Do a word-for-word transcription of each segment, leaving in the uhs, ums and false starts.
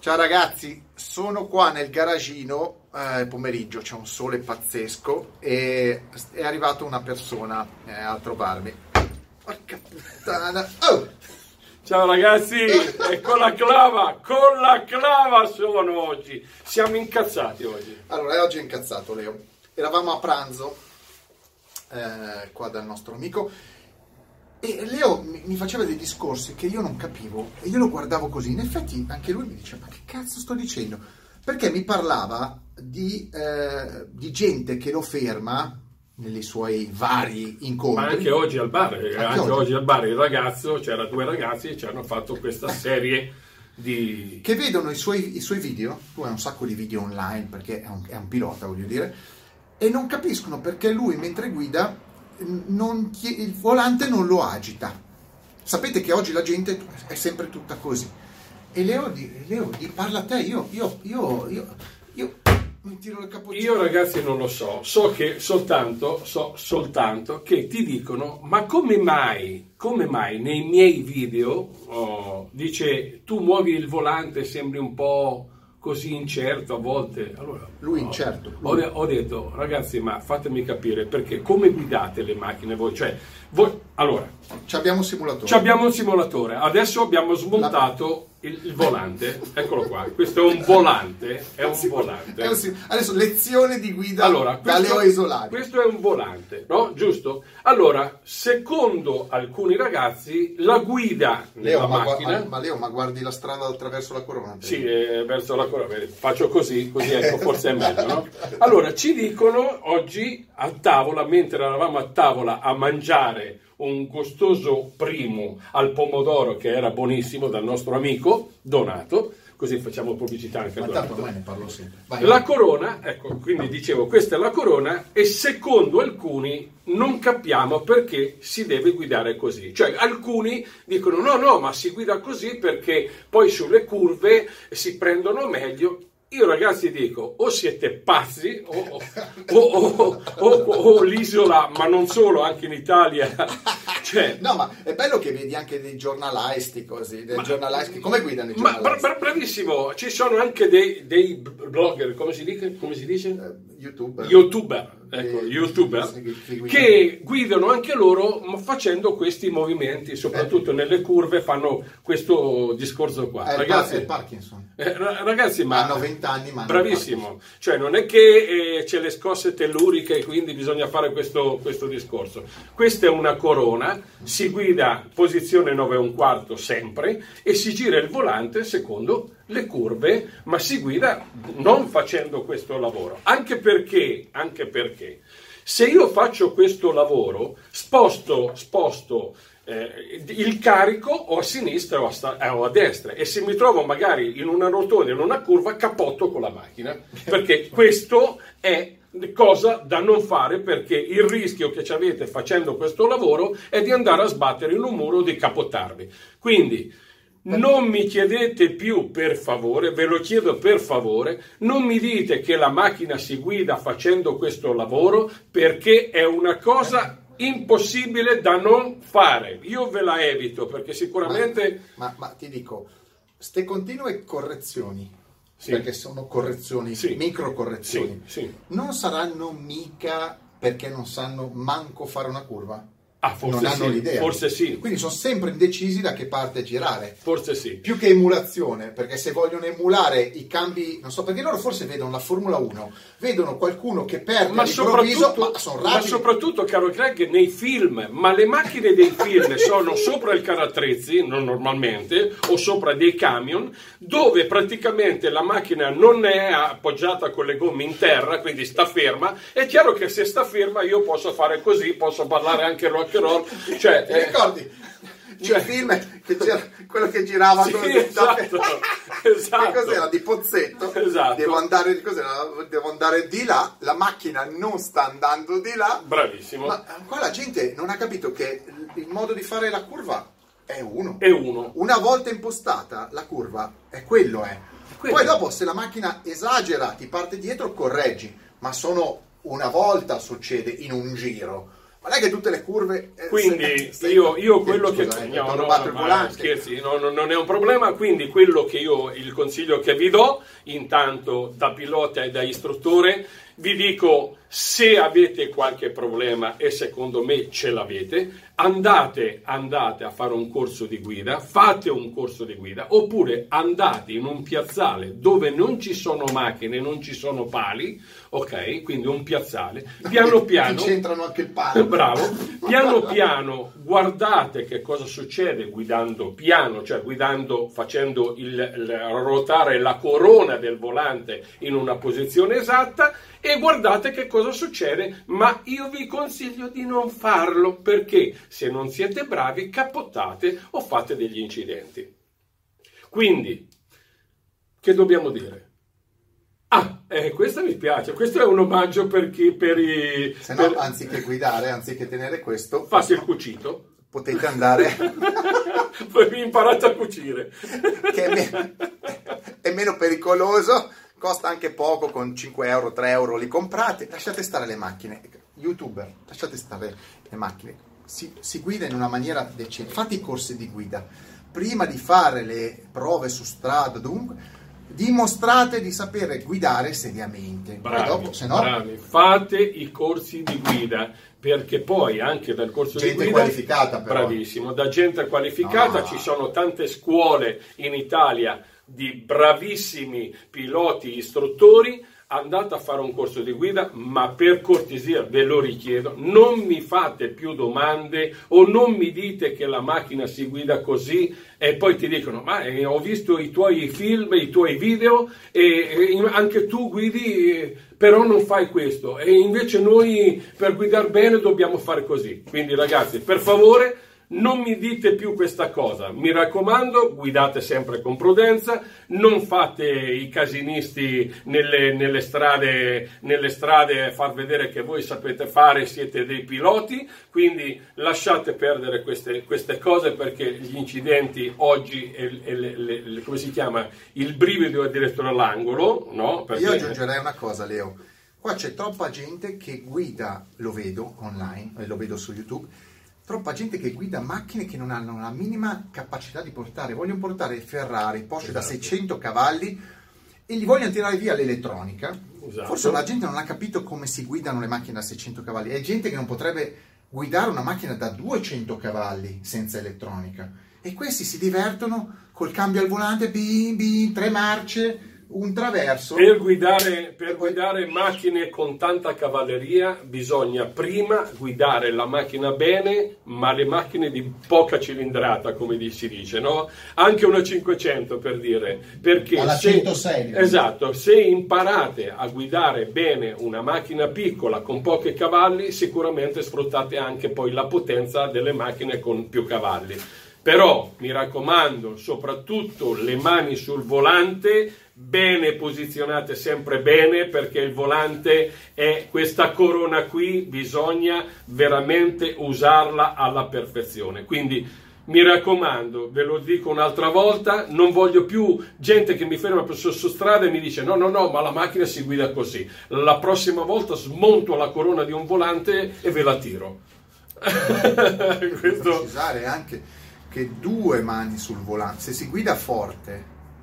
Ciao ragazzi, sono qua nel garagino, eh, pomeriggio, c'è un sole pazzesco e è arrivata una persona eh, a trovarmi. Porca puttana! Oh! Ciao ragazzi, e con la clava, con la clava sono oggi. Siamo incazzati oggi. Allora, oggi è incazzato Leo. Eravamo a pranzo eh, qua dal nostro amico e Leo mi, mi faceva dei discorsi che io non capivo e io lo guardavo così. In effetti anche lui mi diceva: ma che cazzo sto dicendo? Perché mi parlava di, eh, di gente che lo ferma nei suoi vari incontri. Ma anche oggi al bar, anche, anche oggi. oggi al bar il ragazzo, c'erano due ragazzi e ci hanno fatto questa serie di... Che vedono i suoi, i suoi video, lui ha un sacco di video online perché è un, è un pilota, voglio dire, e non capiscono perché lui mentre guida non, il volante non lo agita. Sapete che oggi la gente è sempre tutta così. E Leo, di, Leo di, parla a te, io, io, io, io, io mi tiro il cappuccino. Io ragazzi non lo so, so che soltanto, so soltanto che ti dicono: ma come mai, come mai nei miei video oh, dice tu muovi il volante, sembri un po' così incerto a volte. Allora, lui oh, incerto. Lui. Ho, ho detto ragazzi, ma fatemi capire perché come guidate le macchine voi? Cioè, voi, allora, ci abbiamo un simulatore. Ci abbiamo un simulatore, adesso abbiamo smontato La... Il, il volante, eccolo qua, questo è un volante, è un volante. È un, adesso lezione di guida allora, questo, da Leo Isolari. Questo è un volante, no? Giusto? Allora, secondo alcuni ragazzi, la guida Leo, nella ma, macchina... ma, ma Leo, ma guardi la strada attraverso la corona? Sì, eh, verso la corona, faccio così, così ecco, forse è meglio, no? Allora, ci dicono oggi a tavola, mentre eravamo a tavola a mangiare un gustoso primo al pomodoro che era buonissimo dal nostro amico Donato, così facciamo pubblicità anche a Donato. Ormai ne parlo sempre. Vai, la corona, ecco, quindi dicevo, questa è la corona e secondo alcuni non capiamo perché si deve guidare così. Cioè alcuni dicono no, no, ma si guida così perché poi sulle curve si prendono meglio. Io ragazzi dico, o siete pazzi o, o, o, o, o l'isola, ma non solo, anche in Italia. Cioè, no, ma è bello che vedi anche dei giornalisti così, dei ma, giornalisti. Come guidano i giornalisti? Ma bra- bravissimo, ci sono anche dei, dei blogger, come si dice? Come si dice? Uh, YouTuber. YouTuber, ecco, e, YouTuber, che guidano anche loro facendo questi movimenti, soprattutto eh. nelle curve fanno questo discorso qua. È ragazzi, il Parkinson. Eh, ragazzi, ma hanno venti anni, ma bravissimo, cioè non è che eh, c'è le scosse telluriche e quindi bisogna fare questo, questo discorso. Questa è una corona, si guida posizione nove e un quarto sempre e si gira il volante secondo le curve, ma si guida non facendo questo lavoro, anche perché, anche perché se io faccio questo lavoro sposto, sposto Eh, il carico o a sinistra o a, sta- o a destra, e se mi trovo magari in una rotonda, in una curva, capotto con la macchina, perché questo è cosa da non fare, perché il rischio che ci avete facendo questo lavoro è di andare a sbattere in un muro o di capottarvi. Quindi non mi chiedete più, per favore, ve lo chiedo per favore, non mi dite che la macchina si guida facendo questo lavoro, perché è una cosa impossibile da non fare. Io ve la evito perché sicuramente ma, ma, ma ti dico, ste continue correzioni, sì, perché sono correzioni, sì, micro correzioni, sì, sì, non saranno mica perché non sanno manco fare una curva. Ah, forse non hanno sì, l'idea. Forse sì. Quindi sono sempre indecisi da che parte girare. Forse sì. Più che emulazione, perché se vogliono emulare i cambi, non so, perché loro forse vedono la Formula uno, vedono qualcuno che perde ma all'improvviso, ma sono rapidi. Ma soprattutto, caro Greg, nei film, ma le macchine dei film sono sopra il carattrezzi, non normalmente, o sopra dei camion, dove praticamente la macchina non è appoggiata con le gomme in terra, quindi sta ferma. È chiaro che se sta ferma io posso fare così, posso ballare anche rock. Cioè, ti ricordi il cioè, film che c'era quello che girava, sì, con esatto, esatto. Che cos'era? Di Pozzetto, esatto. devo andare, cos'era? Devo andare di là, la macchina non sta andando di là. Bravissimo. Ma qua la gente non ha capito che il modo di fare la curva è uno. È uno. Una volta impostata la curva è quello, è. Quello. Poi dopo se la macchina esagera, ti parte dietro, correggi, ma sono una volta succede in un giro. non è che tutte le curve... Eh, quindi se, io, io quello scusa, che... eh, No, no, no, ma scherzi, no, no, non è un problema, quindi quello che io, il consiglio che vi do, intanto da pilota e da istruttore, vi dico, se avete qualche problema, e secondo me ce l'avete, andate, andate a fare un corso di guida, fate un corso di guida, oppure andate in un piazzale dove non ci sono macchine, non ci sono pali, ok? Quindi un piazzale, piano piano... Ci c'entrano anche il palo. Bravo, piano piano guardate che cosa succede guidando piano, cioè guidando, facendo il, il ruotare la corona del volante in una posizione esatta, e guardate che cosa succede, ma io vi consiglio di non farlo, perché se non siete bravi cappottate o fate degli incidenti. Quindi, che dobbiamo dire? Ah, eh, questo mi piace, questo è un omaggio per chi, per i... Se no, per... anziché guidare, anziché tenere questo... Fate il cucito. Potete andare... Poi vi imparate a cucire. Che è meno, è meno pericoloso, costa anche poco, con cinque euro, tre euro li comprate. Lasciate stare le macchine. YouTuber, lasciate stare le macchine. Si, si guida in una maniera decente. Fate i corsi di guida. Prima di fare le prove su strada, dovunque... dimostrate di sapere guidare seriamente. Bravi, dopo, se no, bravi, fate i corsi di guida, perché poi anche dal corso gente di guida, qualificata però. Bravissimo, da gente qualificata, no. Ci sono tante scuole in Italia di bravissimi piloti istruttori. Andate a fare un corso di guida, ma per cortesia ve lo richiedo, non mi fate più domande o non mi dite che la macchina si guida così e poi ti dicono, ma eh, ho visto i tuoi film, i tuoi video e, e anche tu guidi, eh, però non fai questo, e invece noi per guidare bene dobbiamo fare così. Quindi ragazzi, per favore, non mi dite più questa cosa, mi raccomando, guidate sempre con prudenza, non fate i casinisti nelle, nelle strade, nelle strade, far vedere che voi sapete fare, siete dei piloti, quindi lasciate perdere queste, queste cose, perché gli incidenti oggi, e, e le, le, le, come si chiama, il brivido è diretto all'angolo, no? Perché... Io aggiungerei una cosa, Leo, qua c'è troppa gente che guida, lo vedo online, lo vedo su YouTube, troppa gente che guida macchine che non hanno la minima capacità di portare, vogliono portare Ferrari, Porsche esatto. da seicento cavalli e gli vogliono tirare via l'elettronica. Esatto. Forse la gente non ha capito come si guidano le macchine da seicento cavalli, è gente che non potrebbe guidare una macchina da duecento cavalli senza elettronica, e questi si divertono col cambio al volante, bim, bim, tre marce, un traverso. Per guidare, per guidare macchine con tanta cavalleria bisogna prima guidare la macchina bene, ma le macchine di poca cilindrata, come si dice, no? Anche una cinquecento, per dire, perché alla se, centosei, esatto, se imparate a guidare bene una macchina piccola con pochi cavalli, sicuramente sfruttate anche poi la potenza delle macchine con più cavalli. Però mi raccomando, soprattutto le mani sul volante, bene posizionate sempre bene, perché il volante è questa corona qui, bisogna veramente usarla alla perfezione. Quindi mi raccomando, ve lo dico un'altra volta, non voglio più gente che mi ferma su, su strada e mi dice no, no, no, ma la macchina si guida così. La prossima volta smonto la corona di un volante e ve la tiro. Questo... Questo... precisare anche che due mani sul volante, se si guida forte,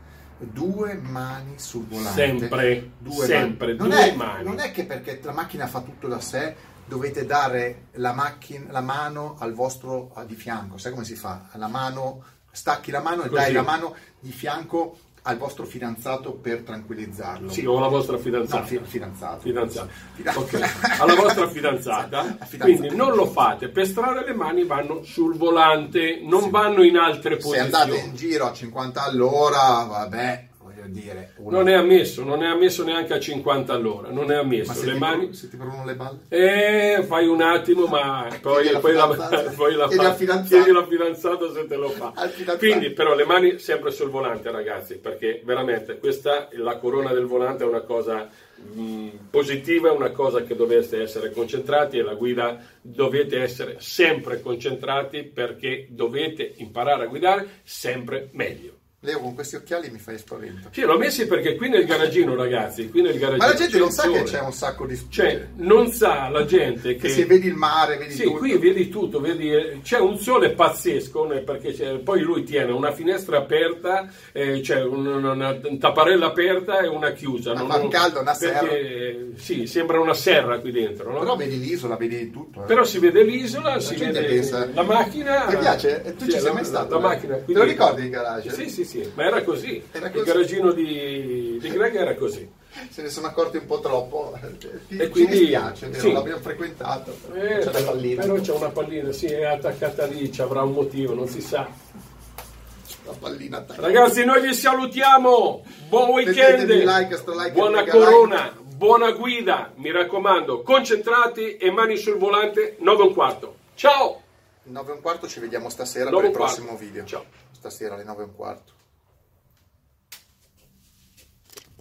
due mani sul volante, sempre, due sempre, mani. Non, due è, mani. Non è che perché la macchina fa tutto da sé dovete dare la, macchina, la mano al vostro di fianco, sai come si fa? La mano, stacchi la mano e Così. Dai la mano di fianco al vostro fidanzato per tranquillizzarlo. Sì, o alla vostra fidanzata. No, fi- fidanzato. Fidanzata. Fidan- Okay. Alla vostra fidanzata. fidanzata. Quindi non lo fate. Per strada le mani vanno sul volante, non sì. vanno in altre Se posizioni. Se andate in giro a cinquanta all'ora, vabbè, voglio dire... Una... Non è ammesso, non è ammesso neanche a cinquanta all'ora, non è ammesso. Ma se le ti mani... Pro, se ti provano le balle? Eh, fai un attimo, ma poi, la poi, la, poi la, chiedi, fa, fidanzato. chiedi la fidanzata se te lo fa. Quindi però le mani sempre sul volante, ragazzi, perché veramente questa, la corona del volante è una cosa mh, positiva, è una cosa che dovete essere concentrati, e la guida dovete essere sempre concentrati, perché dovete imparare a guidare sempre meglio. Leo con questi occhiali mi fai spavento. Sì, l'ho messi perché qui nel garagino, ragazzi, qui nel garagino. Ma la gente c'è non il sa sole. che c'è un sacco di... Cioè, non sa la gente che... che se vedi il mare, vedi sì, tutto. qui vedi tutto, vedi, c'è un sole pazzesco, né, perché c'è, poi lui tiene una finestra aperta, eh, c'è un- una, una tapparella aperta e una chiusa. Ma fa un caldo, una perché, sì, sembra una serra qui dentro, no? Però vedi l'isola, vedi tutto. eh. Però si vede l'isola, si gente vede pensa- la macchina. Ti piace? E tu Sì, ci sei la- mai stato? La, eh? macchina. Te quindi- lo ricordi il garage? Sì, sì, sì, ma era così. Era Il così. garagino di, di Greg era così. Se ne sono accorti un po' troppo. Ti, E ci quindi- dispiace, vero? sì. L'abbiamo frequentato. Eh, c'è la pallina. Però c'è una pallina, sì, è attaccata lì, ci avrà un motivo, non si sa. La pallina attaccata. Ragazzi, noi vi salutiamo. Buon weekend. Mettetevi like, sto like e Buona mega corona, like. buona guida. Mi raccomando, concentrati e mani sul volante, nove e un quarto. Ciao. nove e un quarto ci vediamo stasera nove per e il un quarto. prossimo video. Ciao. Stasera alle nove e un quarto.